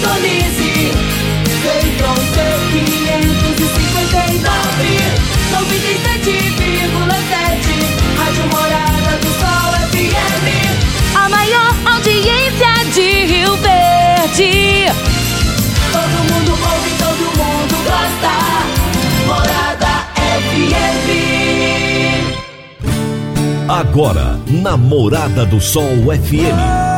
sintonize. Central C 559, 97,7, Rádio Morada do Sol FM. A maior audiência de Rio Verde. Todo mundo ouve, todo mundo gosta. Morada FM. Agora, na Morada do Sol FM.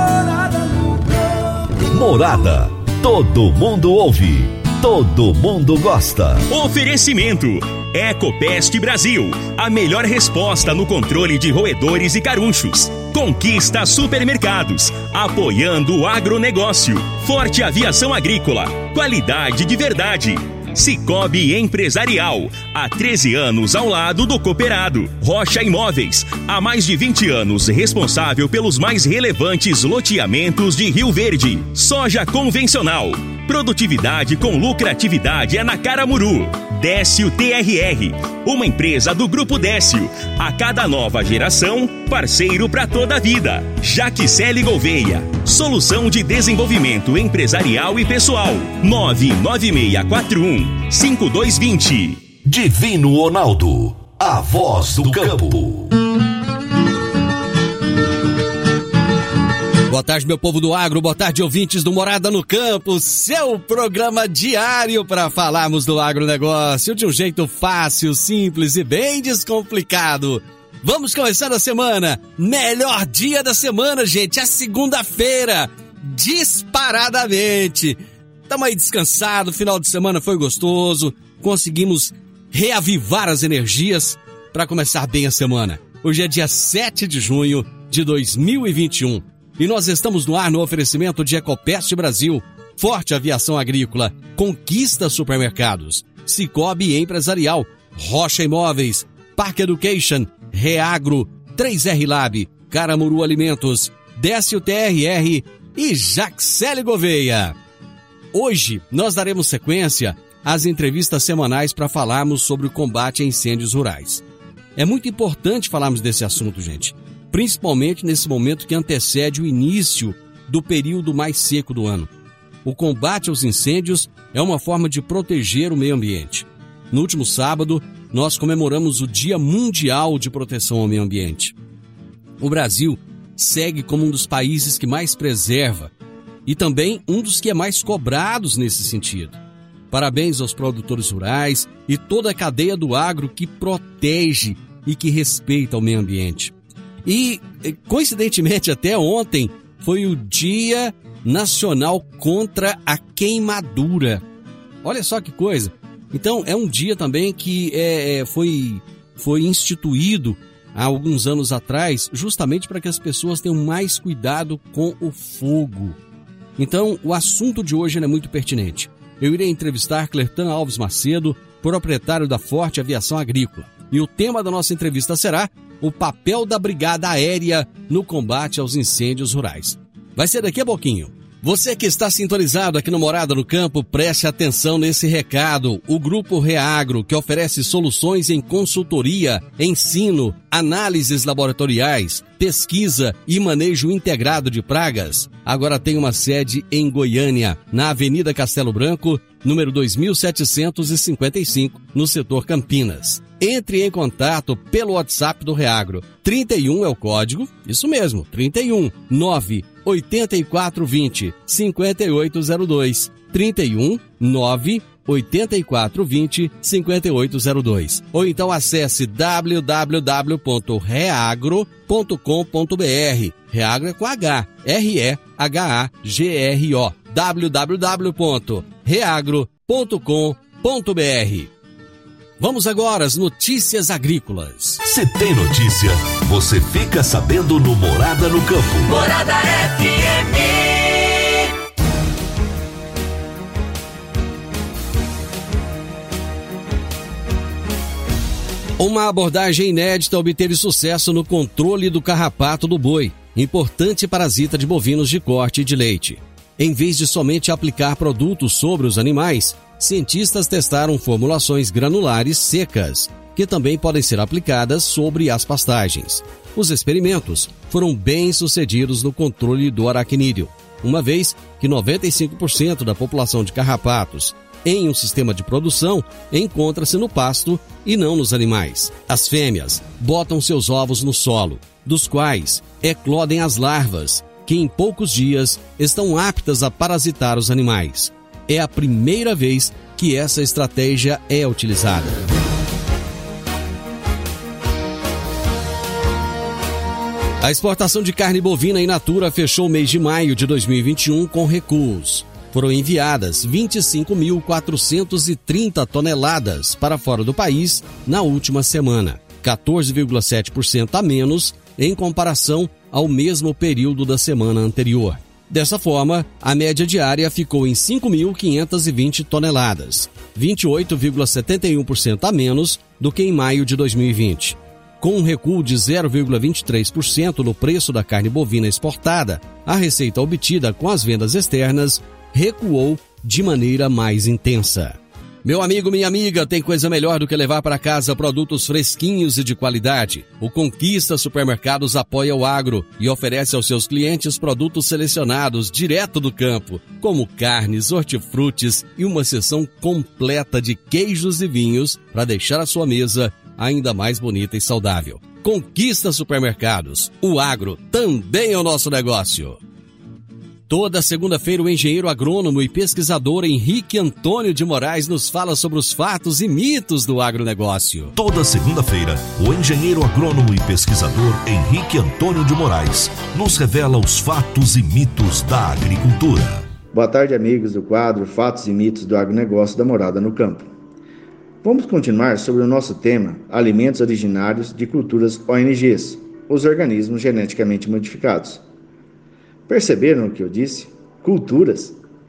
Morada. Todo mundo ouve. Todo mundo gosta. Oferecimento. Ecopest Brasil. A melhor resposta no controle de roedores e carunchos. Conquista Supermercados. Apoiando o agronegócio. Forte Aviação Agrícola. Qualidade de verdade. Sicoob Empresarial, há 13 anos ao lado do cooperado. Rocha Imóveis, há mais de 20 anos responsável pelos mais relevantes loteamentos de Rio Verde. Soja convencional, produtividade com lucratividade é na Caramuru. Décio TRR, uma empresa do Grupo Décio. A cada nova geração, parceiro para toda a vida. Jaxele Gouveia, solução de desenvolvimento empresarial e pessoal. 99641-5220. Divino Ronaldo, a voz do campo. Boa tarde, meu povo do agro, boa tarde, ouvintes do Morada no Campo, seu programa diário para falarmos do agronegócio de um jeito fácil, simples e bem descomplicado. Vamos começar a semana, melhor dia da semana, gente, é segunda-feira, disparadamente. Estamos aí descansados, final de semana foi gostoso, conseguimos reavivar as energias para começar bem a semana. Hoje é dia 7 de junho de 2021. E nós estamos no ar no oferecimento de Ecopest Brasil, Forte Aviação Agrícola, Conquista Supermercados, Sicoob Empresarial, Rocha Imóveis, Park Education, Reagro, 3R Lab, Caramuru Alimentos, Décio TRR e Jaxele Gouveia. Hoje nós daremos sequência às entrevistas semanais para falarmos sobre o combate a incêndios rurais. É muito importante falarmos desse assunto, gente. Principalmente nesse momento que antecede o início do período mais seco do ano. O combate aos incêndios é uma forma de proteger o meio ambiente. No último sábado, nós comemoramos o Dia Mundial de Proteção ao Meio Ambiente. O Brasil segue como um dos países que mais preserva e também um dos que é mais cobrados nesse sentido. Parabéns aos produtores rurais e toda a cadeia do agro que protege e que respeita o meio ambiente. E, coincidentemente, até ontem foi o Dia Nacional contra a Queimadura. Olha só que coisa. Então, é um dia também que foi instituído há alguns anos atrás, justamente para que as pessoas tenham mais cuidado com o fogo. Então, o assunto de hoje é muito pertinente. Eu irei entrevistar Clertan Alves Macedo, proprietário da Forte Aviação Agrícola. E o tema da nossa entrevista será o papel da Brigada Aérea no combate aos incêndios rurais. Vai ser daqui a pouquinho. Você que está sintonizado aqui no Morada no Campo, preste atenção nesse recado. O Grupo Reagro, que oferece soluções em consultoria, ensino, análises laboratoriais, pesquisa e manejo integrado de pragas, agora tem uma sede em Goiânia, na Avenida Castelo Branco, número 2755, no setor Campinas. Entre em contato pelo WhatsApp do Reagro. 31 é o código, isso mesmo, 31 98420 5802. 31 98420 5802. Ou então acesse www.reagro.com.br. Reagro é com H, R-E-H-A-G-R-O. www.reagro.com.br. Vamos agora às notícias agrícolas. Se tem notícia, você fica sabendo no Morada no Campo. Morada FM. Uma abordagem inédita obteve sucesso no controle do carrapato do boi, importante parasita de bovinos de corte e de leite. Em vez de somente aplicar produtos sobre os animais, cientistas testaram formulações granulares secas, que também podem ser aplicadas sobre as pastagens. Os experimentos foram bem-sucedidos no controle do aracnídeo. uma vez que 95% da população de carrapatos em um sistema de produção encontra-se no pasto e não nos animais. As fêmeas botam seus ovos no solo, dos quais eclodem as larvas, que em poucos dias estão aptas a parasitar os animais. É a primeira vez que essa estratégia é utilizada. A exportação de carne bovina in natura fechou o mês de maio de 2021 com recuos. Foram enviadas 25.430 toneladas para fora do país na última semana, 14,7% a menos em comparação ao mesmo período da semana anterior. Dessa forma, a média diária ficou em 5.520 toneladas, 28,71% a menos do que em maio de 2020. Com um recuo de 0,23% no preço da carne bovina exportada, a receita obtida com as vendas externas recuou de maneira mais intensa. Meu amigo, minha amiga, tem coisa melhor do que levar para casa produtos fresquinhos e de qualidade. O Conquista Supermercados apoia o agro e oferece aos seus clientes produtos selecionados direto do campo, como carnes, hortifrutis e uma seção completa de queijos e vinhos para deixar a sua mesa ainda mais bonita e saudável. Conquista Supermercados. O agro também é o nosso negócio. Toda segunda-feira, o engenheiro agrônomo e pesquisador Henrique Antônio de Moraes nos fala sobre os fatos e mitos do agronegócio. Toda segunda-feira, o engenheiro agrônomo e pesquisador Henrique Antônio de Moraes nos revela os fatos e mitos da agricultura. Boa tarde, amigos do quadro Fatos e Mitos do Agronegócio da Morada no Campo. Vamos continuar sobre o nosso tema Alimentos originários de culturas ONGs, os organismos geneticamente modificados. Perceberam o que eu disse? Culturas?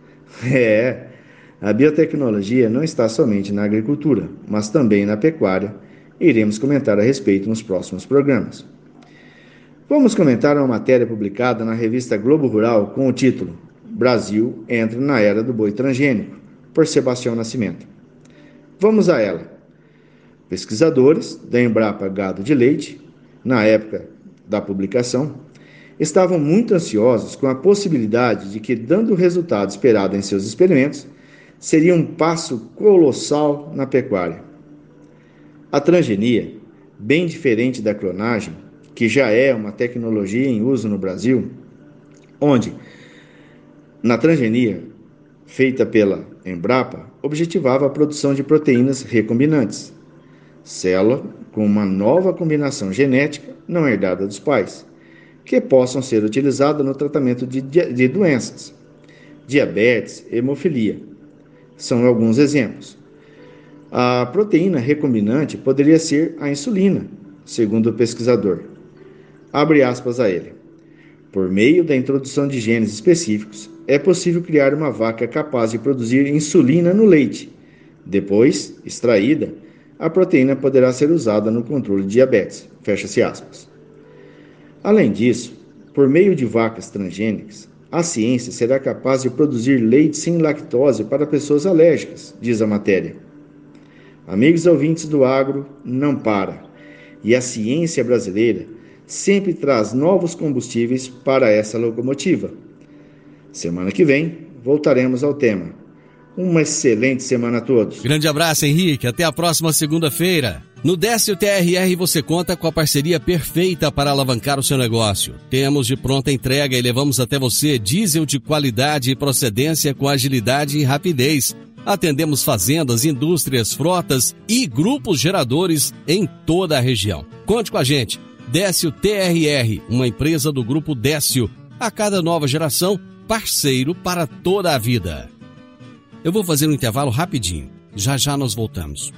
A biotecnologia não está somente na agricultura, mas também na pecuária, e iremos comentar a respeito nos próximos programas. Vamos comentar uma matéria publicada na revista Globo Rural com o título Brasil entra na era do boi transgênico, por Sebastião Nascimento. Vamos a ela. Pesquisadores da Embrapa Gado de Leite, na época da publicação, estavam muito ansiosos com a possibilidade de que, dando o resultado esperado em seus experimentos, seria um passo colossal na pecuária. A transgenia, bem diferente da clonagem, que já é uma tecnologia em uso no Brasil, onde, na transgenia, feita pela Embrapa, objetivava a produção de proteínas recombinantes, célula com uma nova combinação genética não herdada dos pais, que possam ser utilizadas no tratamento de doenças, diabetes, hemofilia. São alguns exemplos. A proteína recombinante poderia ser a insulina, segundo o pesquisador. Abre aspas a ele. Por meio da introdução de genes específicos, é possível criar uma vaca capaz de produzir insulina no leite. Depois, extraída, a proteína poderá ser usada no controle de diabetes. Fecha-se aspas. Além disso, por meio de vacas transgênicas, a ciência será capaz de produzir leite sem lactose para pessoas alérgicas, diz a matéria. Amigos ouvintes do agro, não para. E a ciência brasileira sempre traz novos combustíveis para essa locomotiva. Semana que vem, voltaremos ao tema. Uma excelente semana a todos. Grande abraço, Henrique. Até a próxima segunda-feira. No Décio TRR você conta com a parceria perfeita para alavancar o seu negócio. Temos de pronta entrega e levamos até você diesel de qualidade e procedência com agilidade e rapidez. Atendemos fazendas, indústrias, frotas e grupos geradores em toda a região. Conte com a gente. Décio TRR, uma empresa do Grupo Décio. A cada nova geração, parceiro para toda a vida. Eu vou fazer um intervalo rapidinho. Já já nós voltamos.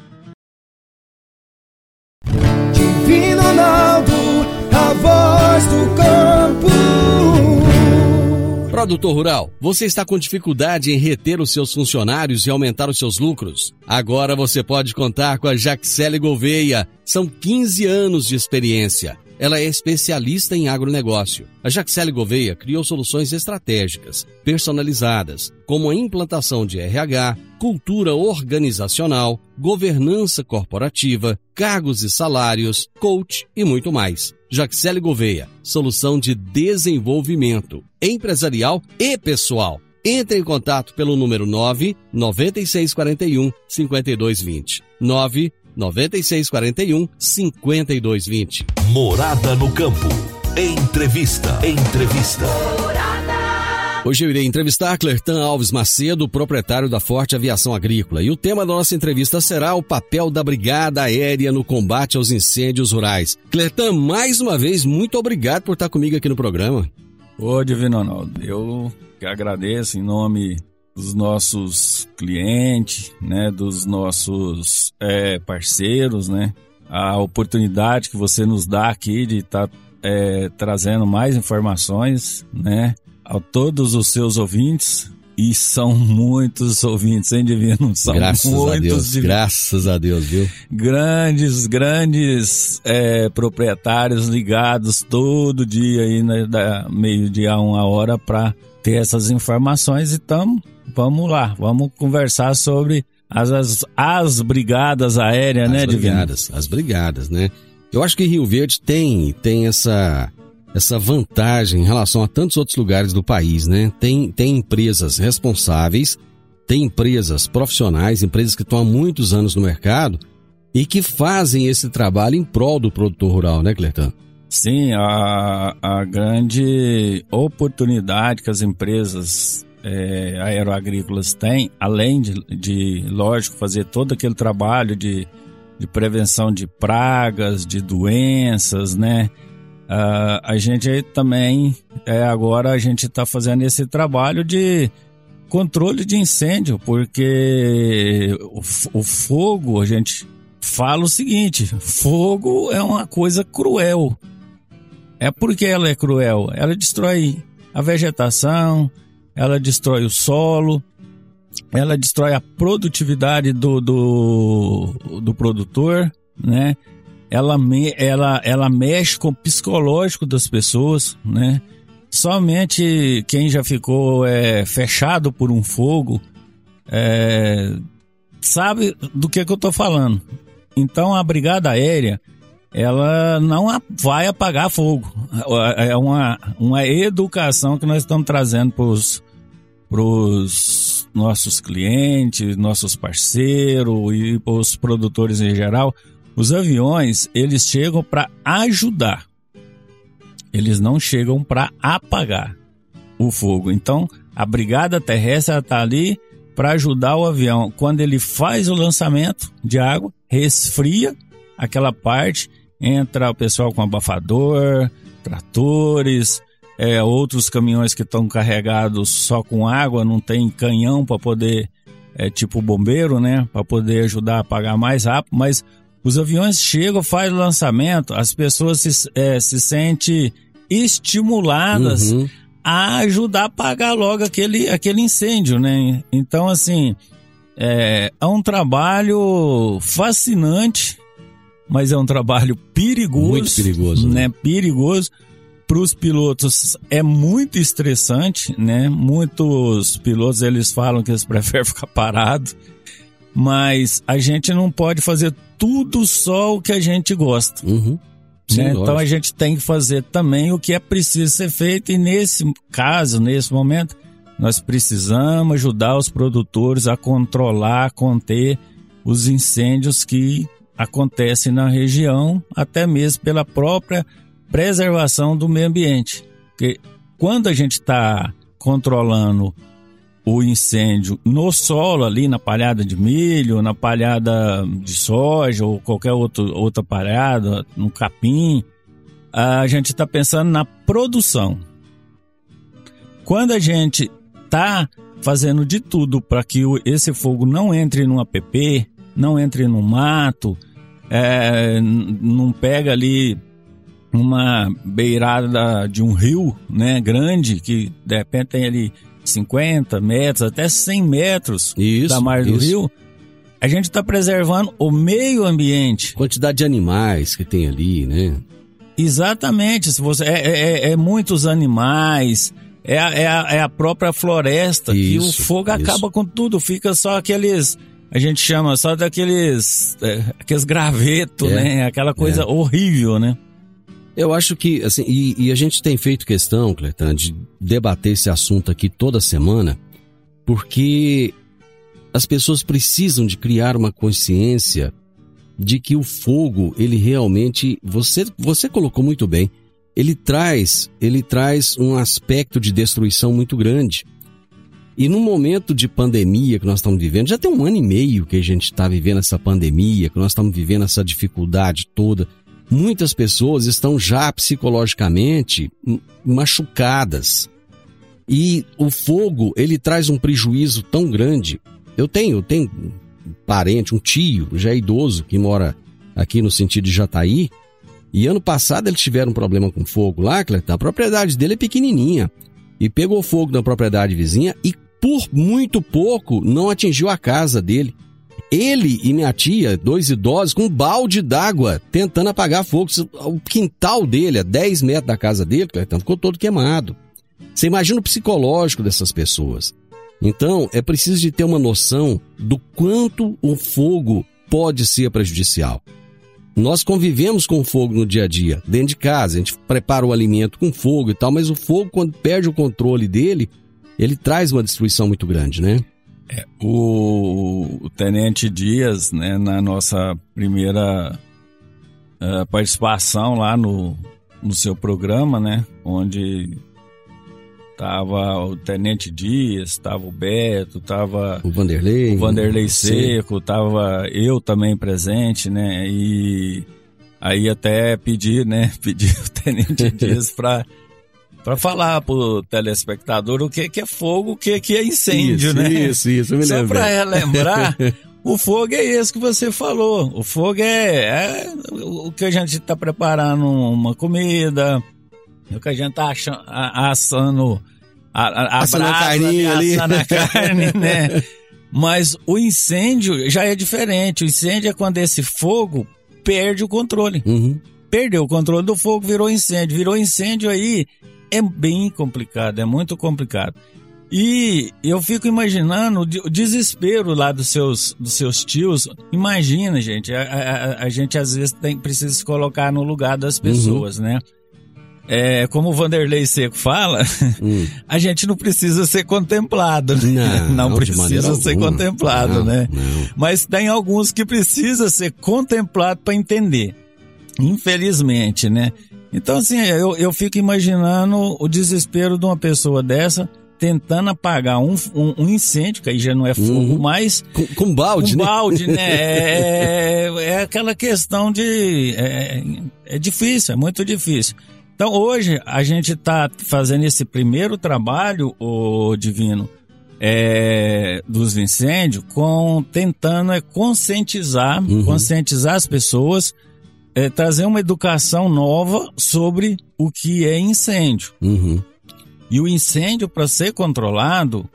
Divino Ronaldo, a voz do campo. Produtor rural, você está com dificuldade em reter os seus funcionários e aumentar os seus lucros? Agora você pode contar com a Jaxele Gouveia. São 15 anos de experiência. ela é especialista em agronegócio. A Jaxele Gouveia criou soluções estratégicas, personalizadas, como a implantação de RH, cultura organizacional, governança corporativa, cargos e salários, coach e muito mais. Jaxele Gouveia, solução de desenvolvimento empresarial e pessoal. Entre em contato pelo número 99641-5220. 99641-5220. Morada no Campo. Entrevista. Hoje eu irei entrevistar Clertan Alves Macedo, proprietário da Forte Aviação Agrícola. E o tema da nossa entrevista será o papel da Brigada Aérea no combate aos incêndios rurais. Clertan, mais uma vez, muito obrigado por estar comigo aqui no programa. Ô, Divino Ronaldo, eu que agradeço em nome dos nossos clientes, né, dos nossos parceiros, né, a oportunidade que você nos dá aqui de estar trazendo mais informações, né, a todos os seus ouvintes, e são muitos ouvintes, hein, Divino? São Graças a Deus, viu? Grandes proprietários ligados todo dia aí, né, da meio-dia a 1h para ter essas informações. E vamos lá, vamos conversar sobre as brigadas aéreas, né, Divino? As brigadas, né? Eu acho que Rio Verde tem essa vantagem em relação a tantos outros lugares do país, né? Tem empresas responsáveis, tem empresas profissionais, empresas que estão há muitos anos no mercado e que fazem esse trabalho em prol do produtor rural, né, Clertan? Sim, a grande oportunidade que as empresas aeroagrícolas têm, além de, lógico, fazer todo aquele trabalho de prevenção de pragas, de doenças, né? A gente também, agora a gente está fazendo esse trabalho de controle de incêndio, porque o fogo, a gente fala o seguinte, fogo é uma coisa cruel. Por que ela é cruel? Ela destrói a vegetação, ela destrói o solo, ela destrói a produtividade do produtor, né? Ela mexe com o psicológico das pessoas, né? Somente quem já ficou fechado por um fogo sabe do que eu estou falando. Então a Brigada Aérea, ela não vai apagar fogo. É uma educação que nós estamos trazendo para os nossos clientes, nossos parceiros e para os produtores em geral. Os aviões, eles chegam para ajudar. Eles não chegam para apagar o fogo. Então, a Brigada Terrestre está ali para ajudar o avião. Quando ele faz o lançamento de água, resfria aquela parte, entra o pessoal com abafador, tratores, outros caminhões que estão carregados só com água, não tem canhão para poder, tipo bombeiro, né? Para poder ajudar a apagar mais rápido, mas os aviões chegam, fazem o lançamento, as pessoas se sentem estimuladas a ajudar a apagar logo aquele incêndio, né? Então, assim, é um trabalho fascinante, mas é um trabalho perigoso. Muito perigoso, né? Perigoso. Para os pilotos é muito estressante, né? Muitos pilotos, eles falam que eles preferem ficar parados. Mas a gente não pode fazer tudo só o que a gente gosta. Sim, né? Então a gente tem que fazer também o que é preciso ser feito. E nesse caso, nesse momento, nós precisamos ajudar os produtores a controlar, a conter os incêndios que acontecem na região, até mesmo pela própria preservação do meio ambiente. Porque quando a gente está controlando o incêndio no solo, ali na palhada de milho, na palhada de soja ou qualquer outra palhada, no capim, a gente está pensando na produção. Quando a gente está fazendo de tudo para que esse fogo não entre num APP, não entre no mato, não pega ali uma beirada de um rio, né, grande, que de repente tem ali 50 metros, até 100 metros da margem do rio, a gente está preservando o meio ambiente. Quantidade de animais que tem ali, né? Exatamente, se você é muitos animais, é a própria floresta, que o fogo acaba com tudo, fica só aqueles, a gente chama só daqueles aqueles gravetos, né? Aquela coisa horrível, né? Eu acho que, assim, e a gente tem feito questão, Cleiton, de debater esse assunto aqui toda semana, porque as pessoas precisam de criar uma consciência de que o fogo, ele realmente, você colocou muito bem, ele traz um aspecto de destruição muito grande. E no momento de pandemia que nós estamos vivendo, já tem 1 ano e meio que a gente está vivendo essa pandemia, que nós estamos vivendo essa dificuldade toda, muitas pessoas estão já psicologicamente machucadas. E o fogo, ele traz um prejuízo tão grande. Eu tenho um parente, um tio, já idoso, que mora aqui no sentido de Jataí, e ano passado eles tiveram um problema com fogo lá, Cleiton, a propriedade dele é pequenininha, e pegou fogo na propriedade vizinha e por muito pouco não atingiu a casa dele. Ele e minha tia, 2 idosos, com um balde d'água, tentando apagar fogo. O quintal dele, a 10 metros da casa dele, Cleiton, ficou todo queimado. Você imagina o psicológico dessas pessoas. Então, é preciso de ter uma noção do quanto o fogo pode ser prejudicial. Nós convivemos com o fogo no dia a dia, dentro de casa, a gente prepara o alimento com fogo e tal, mas o fogo, quando perde o controle dele, ele traz uma destruição muito grande, né? O Tenente Dias, né, na nossa primeira participação lá no seu programa, né, onde tava o Tenente Dias, tava o Beto, tava o Vanderlei Seco, tava eu também presente, né? E aí até pedi o Tenente Dias para falar pro telespectador o que é fogo, o que é incêndio, né? Isso, me lembro. Só para relembrar, o fogo é esse que você falou. O fogo é o que a gente está preparando uma comida, o que a gente tá assando a carninha ali. Assando a carne, né? Mas o incêndio já é diferente. O incêndio é quando esse fogo perde o controle. Uhum. Perdeu o controle do fogo, virou incêndio. Virou incêndio aí, é bem complicado, é muito complicado. E eu fico imaginando o desespero lá dos seus tios. Imagina, gente, a gente às vezes precisa se colocar no lugar das pessoas, né? Como o Vanderlei Seco fala, a gente não precisa ser contemplado, né? Não precisa ser contemplado, né? Não. Mas tem alguns que precisa ser contemplado para entender, infelizmente, né? Então, assim, eu fico imaginando o desespero de uma pessoa dessa tentando apagar um incêndio, que aí já não é fogo mais. Com balde, né? Com balde, né? É aquela questão de... É difícil, é muito difícil. Então, hoje, a gente está fazendo esse primeiro trabalho, o Divino, dos incêndios, tentando conscientizar as pessoas, trazer uma educação nova sobre o que é incêndio. Uhum. E o incêndio, para ser controlado,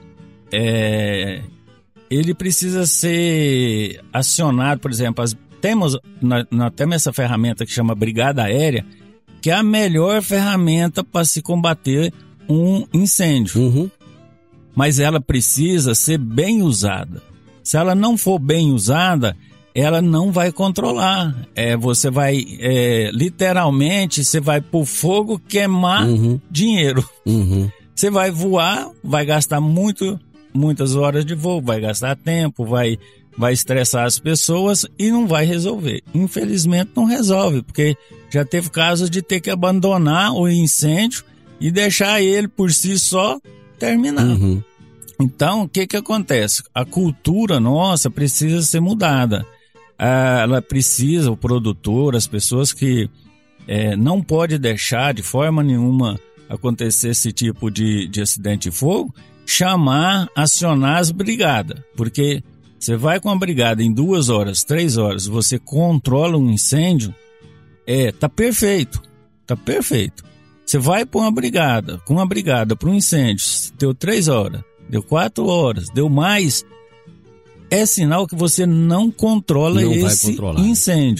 ele precisa ser acionado, por exemplo, temos essa ferramenta que chama Brigada Aérea, que é a melhor ferramenta para se combater um incêndio. Uhum. Mas ela precisa ser bem usada. Se ela não for bem usada, ela não vai controlar. Você vai, literalmente, você vai pro fogo queimar dinheiro. Uhum. Você vai voar, vai gastar muitas horas de voo, vai gastar tempo, vai estressar as pessoas e não vai resolver. Infelizmente não resolve, porque já teve casos de ter que abandonar o incêndio e deixar ele por si só terminar. Uhum. Então, o que acontece? A cultura nossa precisa ser mudada. Ela precisa, o produtor, as pessoas que não pode deixar de forma nenhuma acontecer esse tipo de acidente de fogo, acionar as brigadas, porque você vai com a brigada em 2 horas, 3 horas, você controla um incêndio, tá perfeito. Você vai com uma brigada para um incêndio, deu 3 horas, deu 4 horas, deu mais, é sinal que você não controla esse incêndio.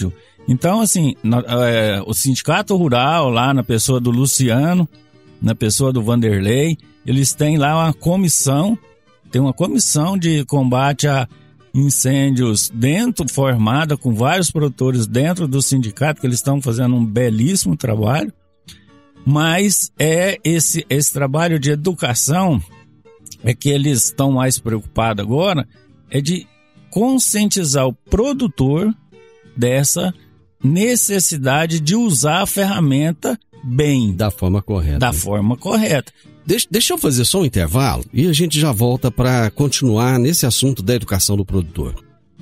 Então, assim, o Sindicato Rural, lá na pessoa do Luciano, na pessoa do Vanderlei, eles têm lá uma comissão, tem uma comissão de combate a incêndios formada com vários produtores dentro do sindicato, que eles estão fazendo um belíssimo trabalho, mas esse trabalho de educação que eles estão mais preocupados agora, é de conscientizar o produtor dessa necessidade de usar a ferramenta bem. Da forma correta. Da forma correta. Deixa eu fazer só um intervalo e a gente já volta para continuar nesse assunto da educação do produtor.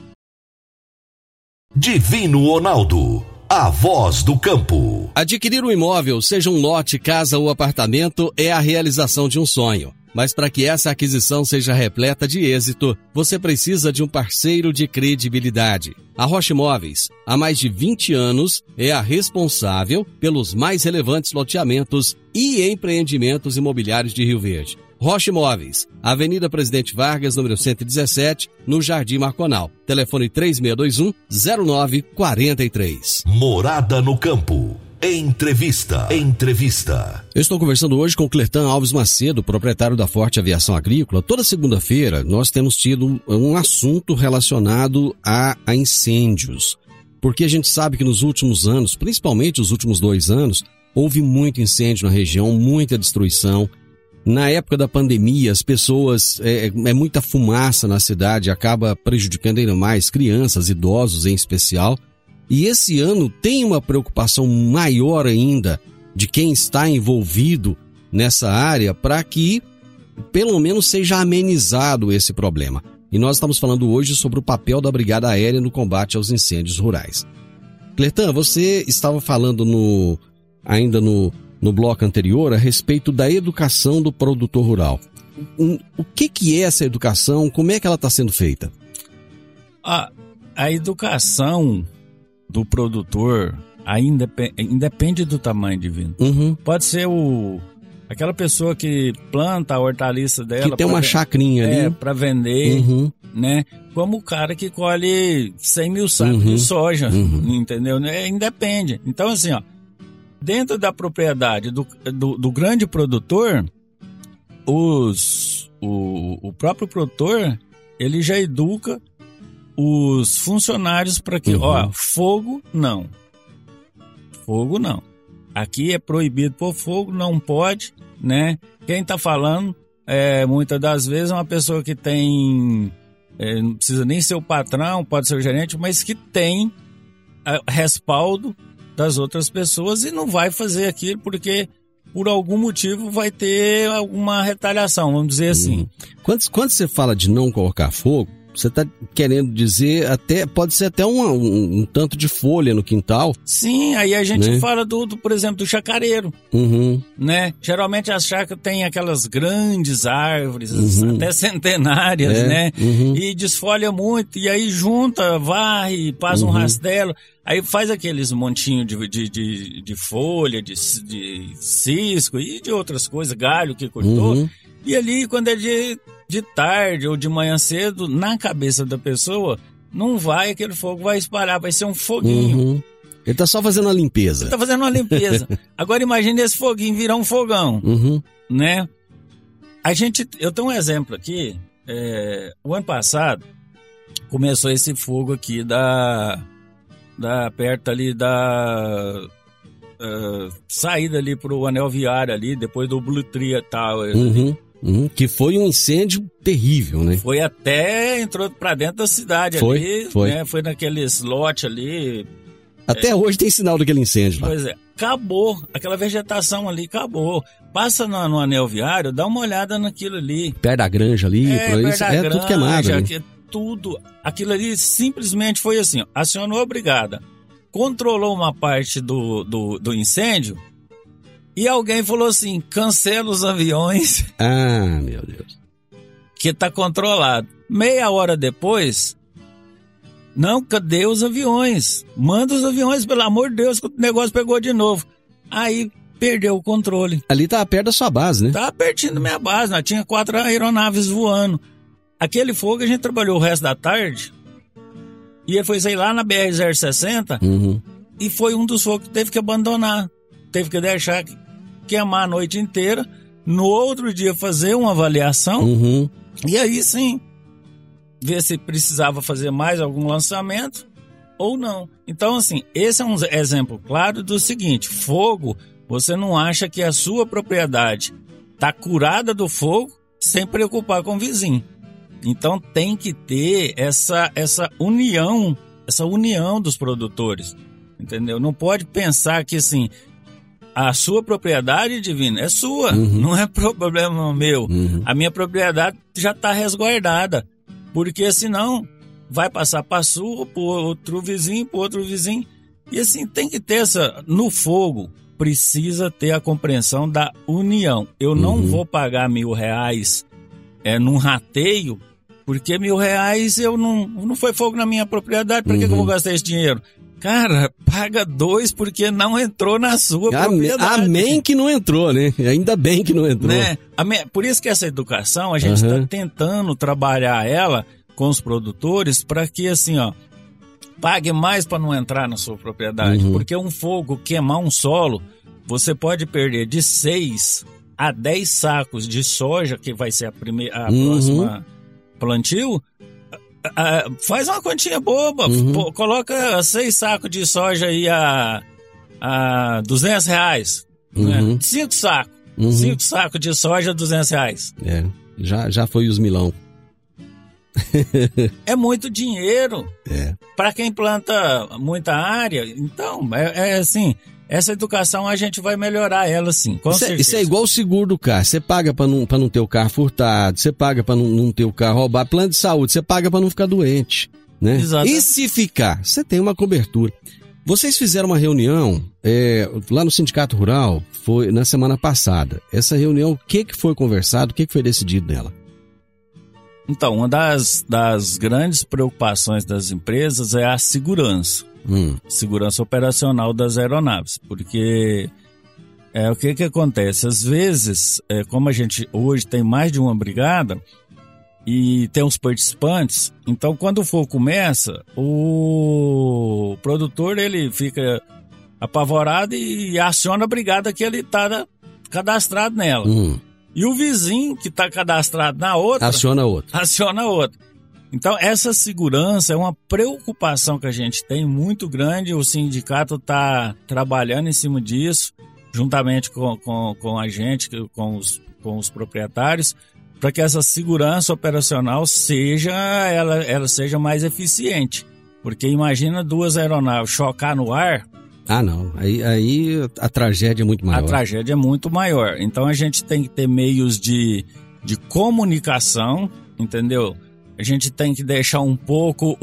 Divino Ronaldo, a voz do campo. Adquirir um imóvel, seja um lote, casa ou apartamento, é a realização de um sonho. Mas para que essa aquisição seja repleta de êxito, você precisa de um parceiro de credibilidade. A Rocha Imóveis, há mais de 20 anos, é a responsável pelos mais relevantes loteamentos e empreendimentos imobiliários de Rio Verde. Rocha Imóveis, Avenida Presidente Vargas, número 117, no Jardim Marconal. Telefone 3621-0943. Morada no campo. Entrevista. Eu estou conversando hoje com o Clertan Alves Macedo, proprietário da Forte Aviação Agrícola. Toda segunda-feira nós temos tido um assunto relacionado a incêndios. Porque a gente sabe que nos últimos anos, principalmente os últimos 2 anos, houve muito incêndio na região, muita destruição. Na época da pandemia, as pessoas, muita fumaça na cidade, acaba prejudicando ainda mais crianças, idosos em especial. E esse ano tem uma preocupação maior ainda de quem está envolvido nessa área para que pelo menos seja amenizado esse problema. E nós estamos falando hoje sobre o papel da Brigada Aérea no combate aos incêndios rurais. Clertan, você estava falando ainda no bloco anterior a respeito da educação do produtor rural. O que é essa educação? Como é que ela está sendo feita? A educação do produtor ainda independe do tamanho divino. Uhum. Pode ser aquela pessoa que planta a hortaliça dela, que tem uma chacrinha ali para vender, né? Como o cara que colhe 100 mil sacos de soja, entendeu? Independe. Então, assim, dentro da propriedade do grande produtor, o próprio produtor, ele já educa os funcionários para que, fogo não. Aqui é proibido pôr fogo, não pode, né? Quem tá falando, muitas das vezes, é uma pessoa que tem, não precisa nem ser o patrão, pode ser o gerente, mas que tem respaldo das outras pessoas e não vai fazer aquilo porque, por algum motivo, vai ter alguma retaliação, vamos dizer assim. Quando você fala de não colocar fogo, você está querendo dizer, pode ser até um tanto de folha no quintal? Sim, aí a gente fala por exemplo, do chacareiro, né? Geralmente as chácaras têm aquelas grandes árvores, até centenárias, né? E desfolha muito, e aí junta, varre, passa um rastelo, aí faz aqueles montinhos de folha, de cisco e de outras coisas, galho que cortou, e ali quando é de tarde ou de manhã cedo, na cabeça da pessoa, não vai, aquele fogo vai espalhar, vai ser um foguinho. Ele tá só fazendo uma limpeza. Ele tá fazendo uma limpeza. Agora imagine esse foguinho virar um fogão, né? Eu tenho um exemplo aqui, o ano passado, começou esse fogo aqui perto ali da saída ali pro anel viário ali, depois do Blue Tree Tower. Que foi um incêndio terrível, né? Foi entrou pra dentro da cidade ali. Né? Foi naqueles lotes ali. Até hoje tem sinal daquele incêndio lá. Pois é, acabou. Aquela vegetação ali acabou. Passa no anel viário, dá uma olhada naquilo ali. Perto da granja ali, tudo queimado. Tudo. Aquilo ali simplesmente foi assim, acionou a brigada, controlou uma parte do incêndio, e alguém falou assim, cancela os aviões. Ah, meu Deus. Que tá controlado. Meia hora depois, não, cadê os aviões? Manda os aviões, pelo amor de Deus, que o negócio pegou de novo. Aí perdeu o controle. Ali tava perto da sua base, né? Tava pertinho da minha base, nós tinha 4 aeronaves voando. Aquele fogo a gente trabalhou o resto da tarde, e foi sair lá na BR-060, e foi um dos fogos que teve que abandonar. Teve que deixar queimar a noite inteira. No outro dia fazer uma avaliação. E aí sim, ver se precisava fazer mais algum lançamento ou não. Então assim, esse é um exemplo claro do seguinte: fogo, você não acha que a sua propriedade está curada do fogo sem preocupar com o vizinho. Então tem que ter essa união dos produtores, entendeu? Não pode pensar que assim, a sua propriedade, Divino, é sua, não é problema meu. A minha propriedade já está resguardada, porque senão vai passar para a sua, para outro vizinho, e assim tem que ter no fogo, precisa ter a compreensão da união. Eu não vou pagar R$1.000 num rateio, porque R$1.000 eu não foi fogo na minha propriedade, por que eu vou gastar esse dinheiro? Cara, paga 2 porque não entrou na sua propriedade. Amém que não entrou, né? Ainda bem que não entrou. Né? Por isso que essa educação, a gente está tentando trabalhar ela com os produtores para que, assim, ó, pague mais para não entrar na sua propriedade. Porque um fogo, queimar um solo, você pode perder de 6 a 10 sacos de soja, que vai ser a próxima plantio. Faz uma continha boba, coloca 6 sacos de soja aí a R$200, né? 5 sacos, 5 sacos de soja R$200. Já foi os milão. É muito dinheiro para quem planta muita área. Então, assim, essa educação a gente vai melhorar ela sim, com certeza. Isso é igual o seguro do carro. Você paga para não ter o carro furtado, você paga para não ter o carro roubado. Plano de saúde, você paga para não ficar doente, né? Exatamente. E se ficar, você tem uma cobertura. Vocês fizeram uma reunião lá no Sindicato Rural, foi na semana passada. Essa reunião, o que foi conversado, o que foi decidido nela? Então, uma das grandes preocupações das empresas é a segurança. Segurança operacional das aeronaves, porque o que acontece? Às vezes, como a gente hoje tem mais de uma brigada e tem os participantes, então quando o fogo começa, o produtor ele fica apavorado e aciona a brigada que ele está cadastrado nela. E o vizinho que está cadastrado na outra aciona outra. Então, essa segurança é uma preocupação que a gente tem muito grande. O sindicato está trabalhando em cima disso, juntamente com a gente, com os proprietários, para que essa segurança operacional ela seja mais eficiente. Porque imagina 2 aeronaves chocar no ar. Ah, não. Aí a tragédia é muito maior. A tragédia é muito maior. Então, a gente tem que ter meios de comunicação, entendeu? A gente tem que deixar um pouco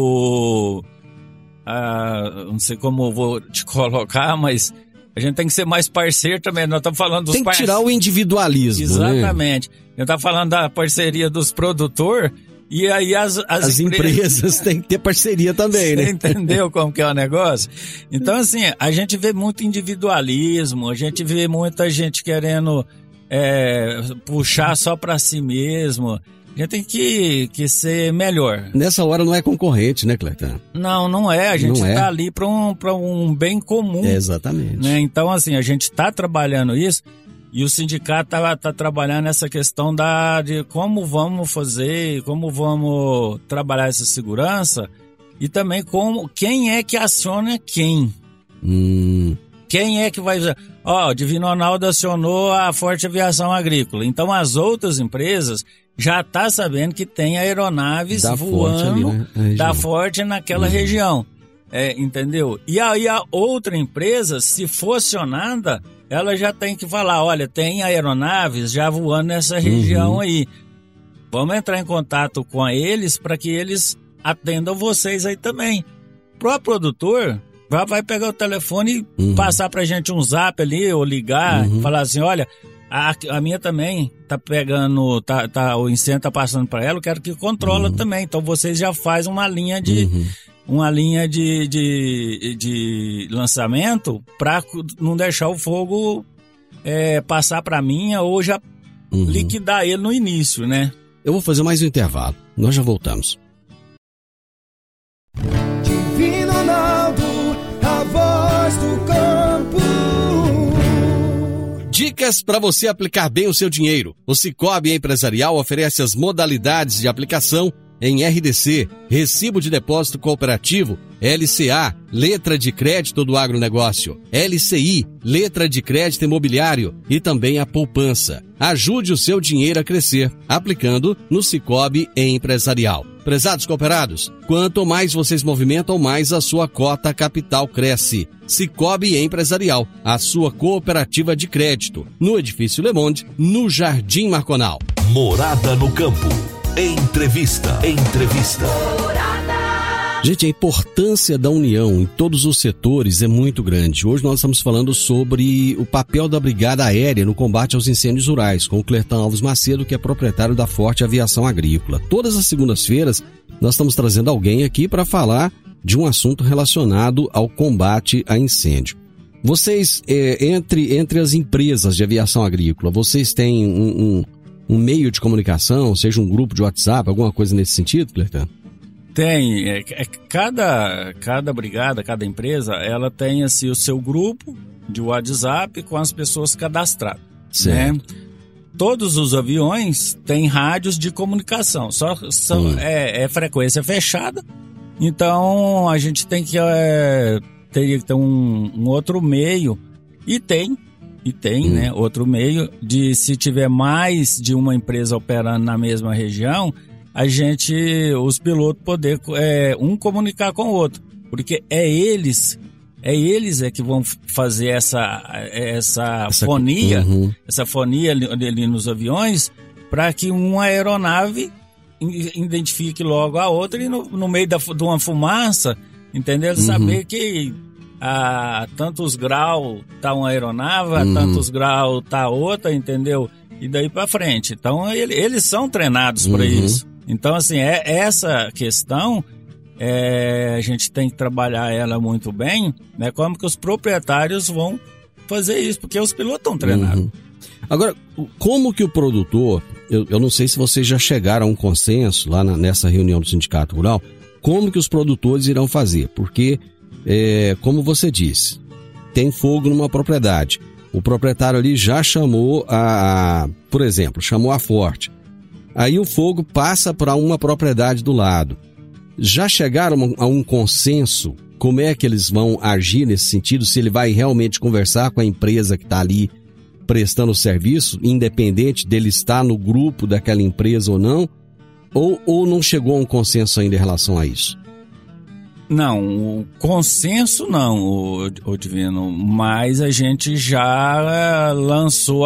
não sei como eu vou te colocar, mas a gente tem que ser mais parceiro também. Nós estamos falando dos parceiros. Tem que tirar o individualismo, exatamente. Né? Eu estava falando da parceria dos produtores e aí as empresas têm que ter parceria também, né? Você entendeu como que é o negócio? Então, assim, a gente vê muito individualismo, a gente vê muita gente querendo puxar só para si mesmo. A gente tem que ser melhor. Nessa hora não é concorrente, né, Cleiton? Não é. A gente está ali para um bem comum. Exatamente. Né? Então, assim, a gente está trabalhando isso e o sindicato está trabalhando essa questão de como vamos fazer, como vamos trabalhar essa segurança e também quem é que aciona quem. Quem é que vai dizer? O Divino Ronaldo acionou a Forte Aviação Agrícola. Então, as outras empresas já tá sabendo que tem aeronaves voando ali, né? Da Forte naquela região, entendeu? E aí a outra empresa, se for acionada, ela já tem que falar, olha, tem aeronaves já voando nessa região aí. Vamos entrar em contato com eles para que eles atendam vocês aí também. Pro produtor, vai pegar o telefone e passar pra gente um zap ali, ou ligar, falar assim, olha, a minha também tá pegando, o incêndio tá passando para ela, eu quero que controla também. Então vocês já fazem uma linha de lançamento para não deixar o fogo passar para minha ou já liquidar ele no início, né? Eu vou fazer mais um intervalo. Nós já voltamos. Divino Ronaldo, a voz voz do campo. Dicas para você aplicar bem o seu dinheiro. O Sicoob Empresarial oferece as modalidades de aplicação em RDC, Recibo de Depósito Cooperativo, LCA, Letra de Crédito do Agronegócio, LCI, Letra de Crédito Imobiliário e também a poupança. Ajude o seu dinheiro a crescer, aplicando no Sicoob Empresarial. Prezados cooperados, quanto mais vocês movimentam, mais a sua cota capital cresce. Sicoob Empresarial, a sua cooperativa de crédito, no Edifício Le Monde, no Jardim Marconal. Morada no Campo. Entrevista. Gente, a importância da união em todos os setores é muito grande. Hoje nós estamos falando sobre o papel da Brigada Aérea no combate aos incêndios rurais, com o Clertão Alves Macedo, que é proprietário da Forte Aviação Agrícola. Todas as segundas-feiras nós estamos trazendo alguém aqui para falar de um assunto relacionado ao combate a incêndio. Vocês, entre as empresas de aviação agrícola, vocês têm um meio de comunicação, seja um grupo de WhatsApp, alguma coisa nesse sentido, Clertão? Tem. Cada brigada, cada empresa, ela tem assim, o seu grupo de WhatsApp com as pessoas cadastradas. Certo. Né? Todos os aviões têm rádios de comunicação, é frequência fechada, então a gente tem que teria que ter um outro meio, e tem, né, outro meio de, se tiver mais de uma empresa operando na mesma região, os pilotos poder um comunicar com o outro, porque é eles que vão fazer essa fonia, essa fonia ali nos aviões, para que uma aeronave identifique logo a outra e no meio de uma fumaça, entendeu? Saber que a tantos graus tá uma aeronave, a tantos graus tá outra, entendeu? E daí para frente. Então eles são treinados para isso. Então, assim, essa questão, a gente tem que trabalhar ela muito bem, né? Como que os proprietários vão fazer isso, porque os pilotos estão treinados. Agora, como que o produtor, eu não sei se vocês já chegaram a um consenso lá nessa reunião do Sindicato Rural, como que os produtores irão fazer? Porque, como você disse, tem fogo numa propriedade. O proprietário ali já chamou por exemplo, chamou a Forte. Aí o fogo passa para uma propriedade do lado. Já chegaram a um consenso? Como é que eles vão agir nesse sentido? Se ele vai realmente conversar com a empresa que está ali prestando o serviço, independente dele estar no grupo daquela empresa ou não? Ou não chegou a um consenso ainda em relação a isso? Não, o consenso não, o Divino, mas a gente já lançou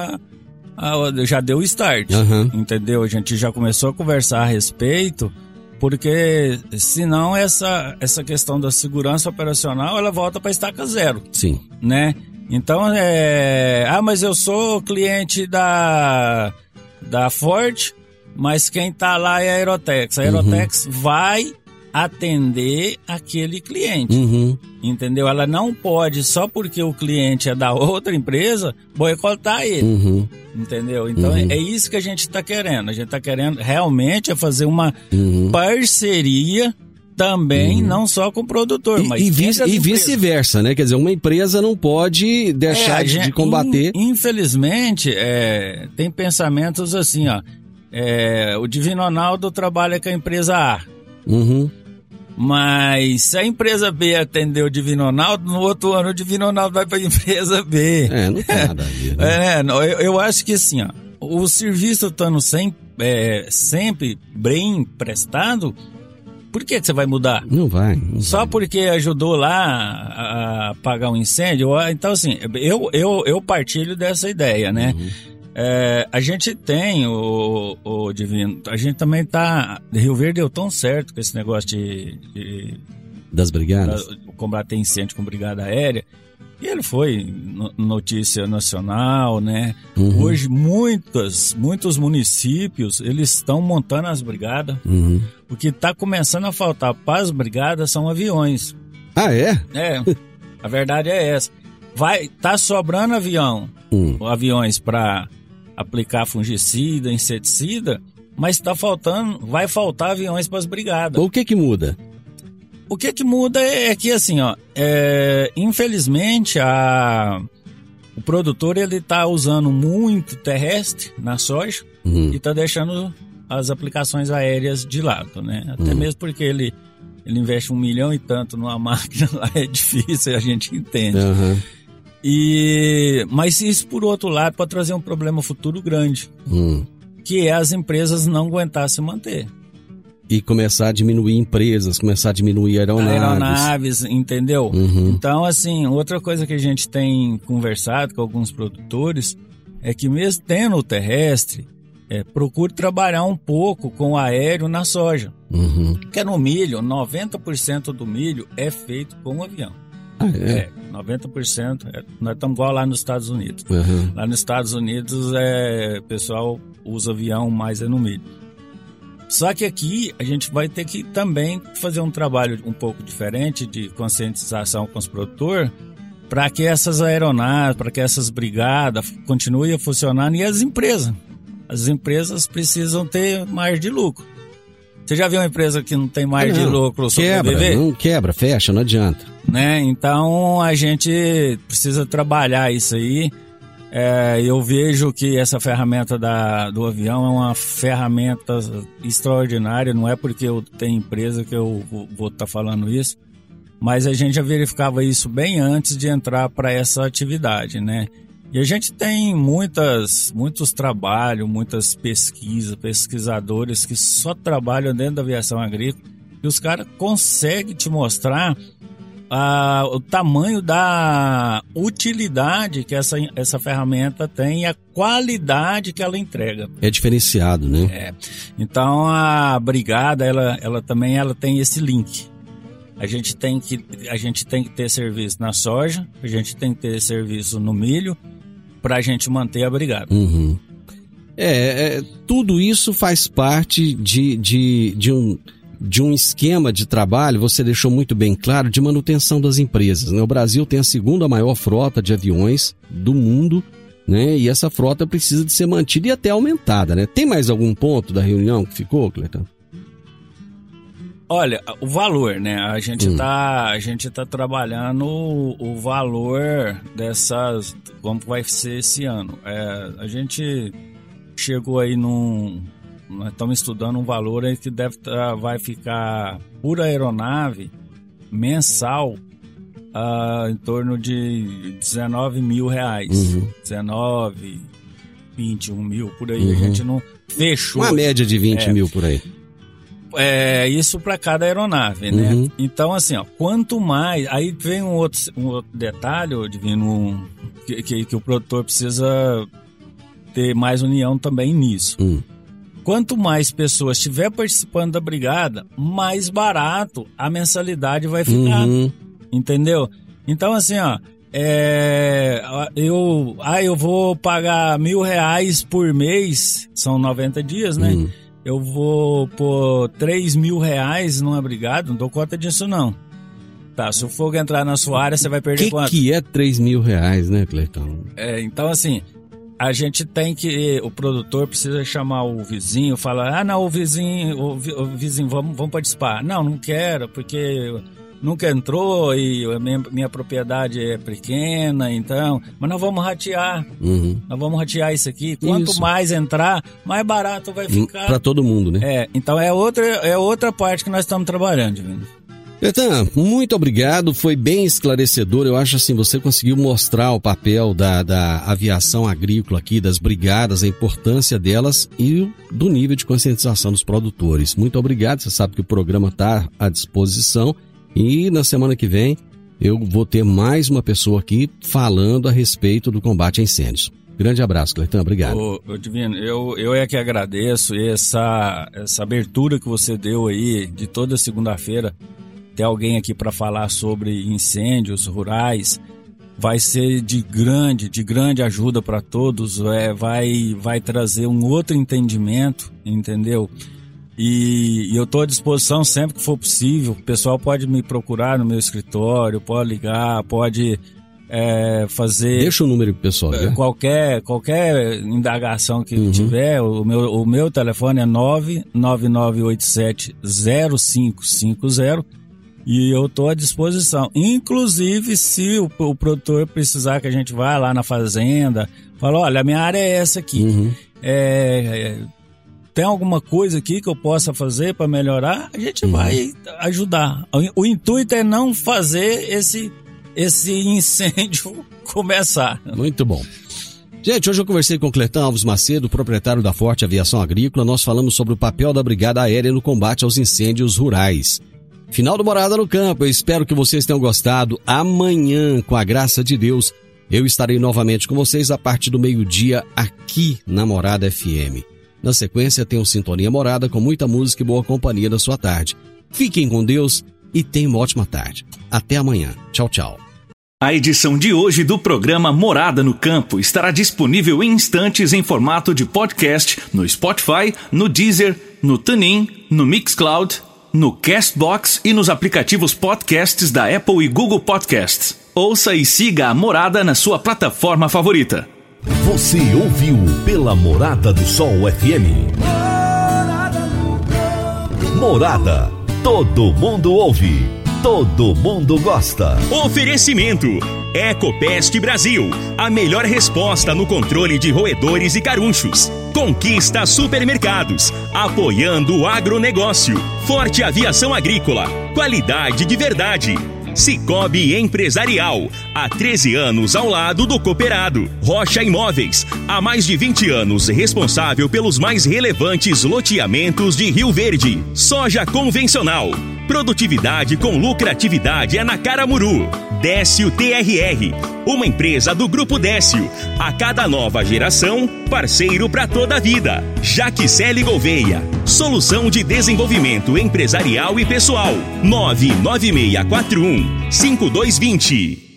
já deu o start, entendeu? A gente já começou a conversar a respeito, porque senão essa questão da segurança operacional, ela volta para estaca zero. Sim. Né? Então, mas eu sou cliente da Ford, mas quem tá lá é a Aerotex. A Aerotex vai atender aquele cliente, entendeu? Ela não pode, só porque o cliente é da outra empresa, boicotar ele, entendeu? Então é isso que a gente está querendo. A gente está querendo realmente fazer uma parceria também, não só com o produtor, mas e vice-versa, né? Quer dizer, uma empresa não pode deixar de combater. Infelizmente, tem pensamentos assim, ó. O Divino Ronaldo trabalha com a empresa A. Mas se a empresa B atender o Divino Ronaldo, no outro ano o Divino Ronaldo vai para a empresa B. Não tem nada a ver, né? Eu acho que assim, ó, o serviço estando sempre bem prestado, por que você vai mudar? Não vai. Só porque ajudou lá a apagar um incêndio? Então, assim, eu partilho dessa ideia, né? A gente tem o Divino, a gente também tá, Rio Verde deu tão certo com esse negócio das brigadas, combater incêndio com brigada aérea, e ele foi notícia nacional, né? Hoje muitos municípios, eles estão montando as brigadas. O que está começando a faltar para as brigadas são aviões. Ah, é? A verdade é essa. Tá sobrando aviões para aplicar fungicida, inseticida, mas vai faltar aviões para as brigadas. O que muda? O que muda é que, assim, ó, infelizmente, o produtor, ele tá usando muito terrestre na soja e tá deixando as aplicações aéreas de lado, né? Até mesmo porque ele investe 1 milhão e tanto numa máquina lá, é difícil, a gente entende. Mas isso, por outro lado, pode trazer um problema futuro grande, que é as empresas não aguentar se manter. E começar a diminuir empresas, começar a diminuir aeronaves, entendeu? Então, assim, outra coisa que a gente tem conversado com alguns produtores é que mesmo tendo o terrestre, procure trabalhar um pouco com o aéreo na soja. Porque no milho, 90% do milho é feito com o avião. 90%. Nós estamos igual lá nos Estados Unidos. Lá nos Estados Unidos, o pessoal usa avião, mais no milho. Só que aqui a gente vai ter que também fazer um trabalho um pouco diferente de conscientização com os produtores para que essas aeronaves, para que essas brigadas continuem funcionando, e as empresas precisam ter margem de lucro. Você já viu uma empresa que não tem margem de lucro sobreviver? Não quebra, fecha, não adianta. Né? Então a gente precisa trabalhar isso aí. Eu vejo que essa ferramenta do avião é uma ferramenta extraordinária. Não é porque eu tenho empresa que eu vou estar falando isso, mas a gente já verificava isso bem antes de entrar para essa atividade, né? E a gente tem muitos trabalhos, muitas pesquisadores que só trabalham dentro da aviação agrícola, e os caras conseguem te mostrar o tamanho da utilidade que essa ferramenta tem e a qualidade que ela entrega. É diferenciado, né? Então a brigada, ela também tem esse link. A gente tem que ter serviço na soja, a gente tem que ter serviço no milho, para a gente manter a brigada. Tudo isso faz parte de um esquema de trabalho, você deixou muito bem claro, de manutenção das empresas, né? O Brasil tem a segunda maior frota de aviões do mundo, né? E essa frota precisa de ser mantida e até aumentada, né? Tem mais algum ponto da reunião que ficou, Cleiton? Olha, o valor, né? A gente tá trabalhando o valor dessas, como vai ser esse ano. A gente chegou aí nós estamos estudando um valor aí que vai ficar por aeronave mensal em torno de 19 mil reais. 19, 21 mil, por aí. A gente não fechou. Uma média de 20 mil por aí. Isso para cada aeronave, né? Então, assim, ó, quanto mais... Aí vem um outro detalhe, Divino, que o produtor precisa ter mais união também nisso. Quanto mais pessoas estiver participando da brigada, mais barato a mensalidade vai ficar, entendeu? Então, assim, ó, eu vou pagar R$1.000 por mês, são 90 dias, né? Eu vou pôr R$3.000 numa brigada, não dou conta disso não. Tá, se o fogo entrar na sua área, você vai perder quanto? Que é R$3.000, né, Cleiton? Então assim, a gente tem que, o produtor precisa chamar o vizinho, falar, o vizinho, vamos participar. Não quero, porque nunca entrou e a minha propriedade é pequena, então... Mas nós vamos ratear. Nós vamos ratear isso aqui. Quanto mais entrar, mais barato vai ficar. Para todo mundo, né? Então é outra parte que nós estamos trabalhando, Divino. Cleiton, muito obrigado, foi bem esclarecedor. Eu acho assim, você conseguiu mostrar o papel da aviação agrícola aqui, das brigadas, a importância delas e do nível de conscientização dos produtores. Muito obrigado, você sabe que o programa está à disposição. E na semana que vem eu vou ter mais uma pessoa aqui falando a respeito do combate a incêndios. Grande abraço, Cleiton, obrigado. Divino, eu é que agradeço essa abertura que você deu aí de toda segunda-feira. Ter alguém aqui para falar sobre incêndios rurais vai ser de grande ajuda para todos. Vai trazer um outro entendimento, entendeu? E eu estou à disposição sempre que for possível. O pessoal pode me procurar no meu escritório, pode ligar, pode fazer... Deixa o número pro pessoal. Qualquer indagação que tiver, o meu telefone é 999870550 E eu estou à disposição. Inclusive, se o produtor precisar que a gente vá lá na fazenda, fala, olha, a minha área é essa aqui. Tem alguma coisa aqui que eu possa fazer para melhorar? A gente vai ajudar. O intuito é não fazer esse incêndio começar. Muito bom. Gente, hoje eu conversei com Clertão Alves Macedo, proprietário da Forte Aviação Agrícola. Nós falamos sobre o papel da Brigada Aérea no combate aos incêndios rurais. Final do Morada no Campo, eu espero que vocês tenham gostado. Amanhã, com a graça de Deus, eu estarei novamente com vocês a partir do meio-dia aqui na Morada FM. Na sequência, tem o Sintonia Morada com muita música e boa companhia da sua tarde. Fiquem com Deus e tenham uma ótima tarde. Até amanhã. Tchau, tchau. A edição de hoje do programa Morada no Campo estará disponível em instantes em formato de podcast no Spotify, no Deezer, no TuneIn, no Mixcloud, no Castbox e nos aplicativos podcasts da Apple e Google Podcasts. Ouça e siga a Morada na sua plataforma favorita. Você ouviu pela Morada do Sol FM. Morada. Todo mundo ouve. Todo mundo gosta. Oferecimento: Ecopest Brasil, a melhor resposta no controle de roedores e carunchos. Conquista Supermercados, apoiando o agronegócio. Forte Aviação Agrícola, qualidade de verdade. Cicobi Empresarial, há 13 anos ao lado do cooperado. Rocha Imóveis, há mais de 20 anos responsável pelos mais relevantes loteamentos de Rio Verde. Soja convencional, produtividade com lucratividade é na Caramuru. Décio TRR, uma empresa do Grupo Décio. A cada nova geração, parceiro para toda a vida. Jaquicele Gouveia, solução de desenvolvimento empresarial e pessoal. 99641-5220.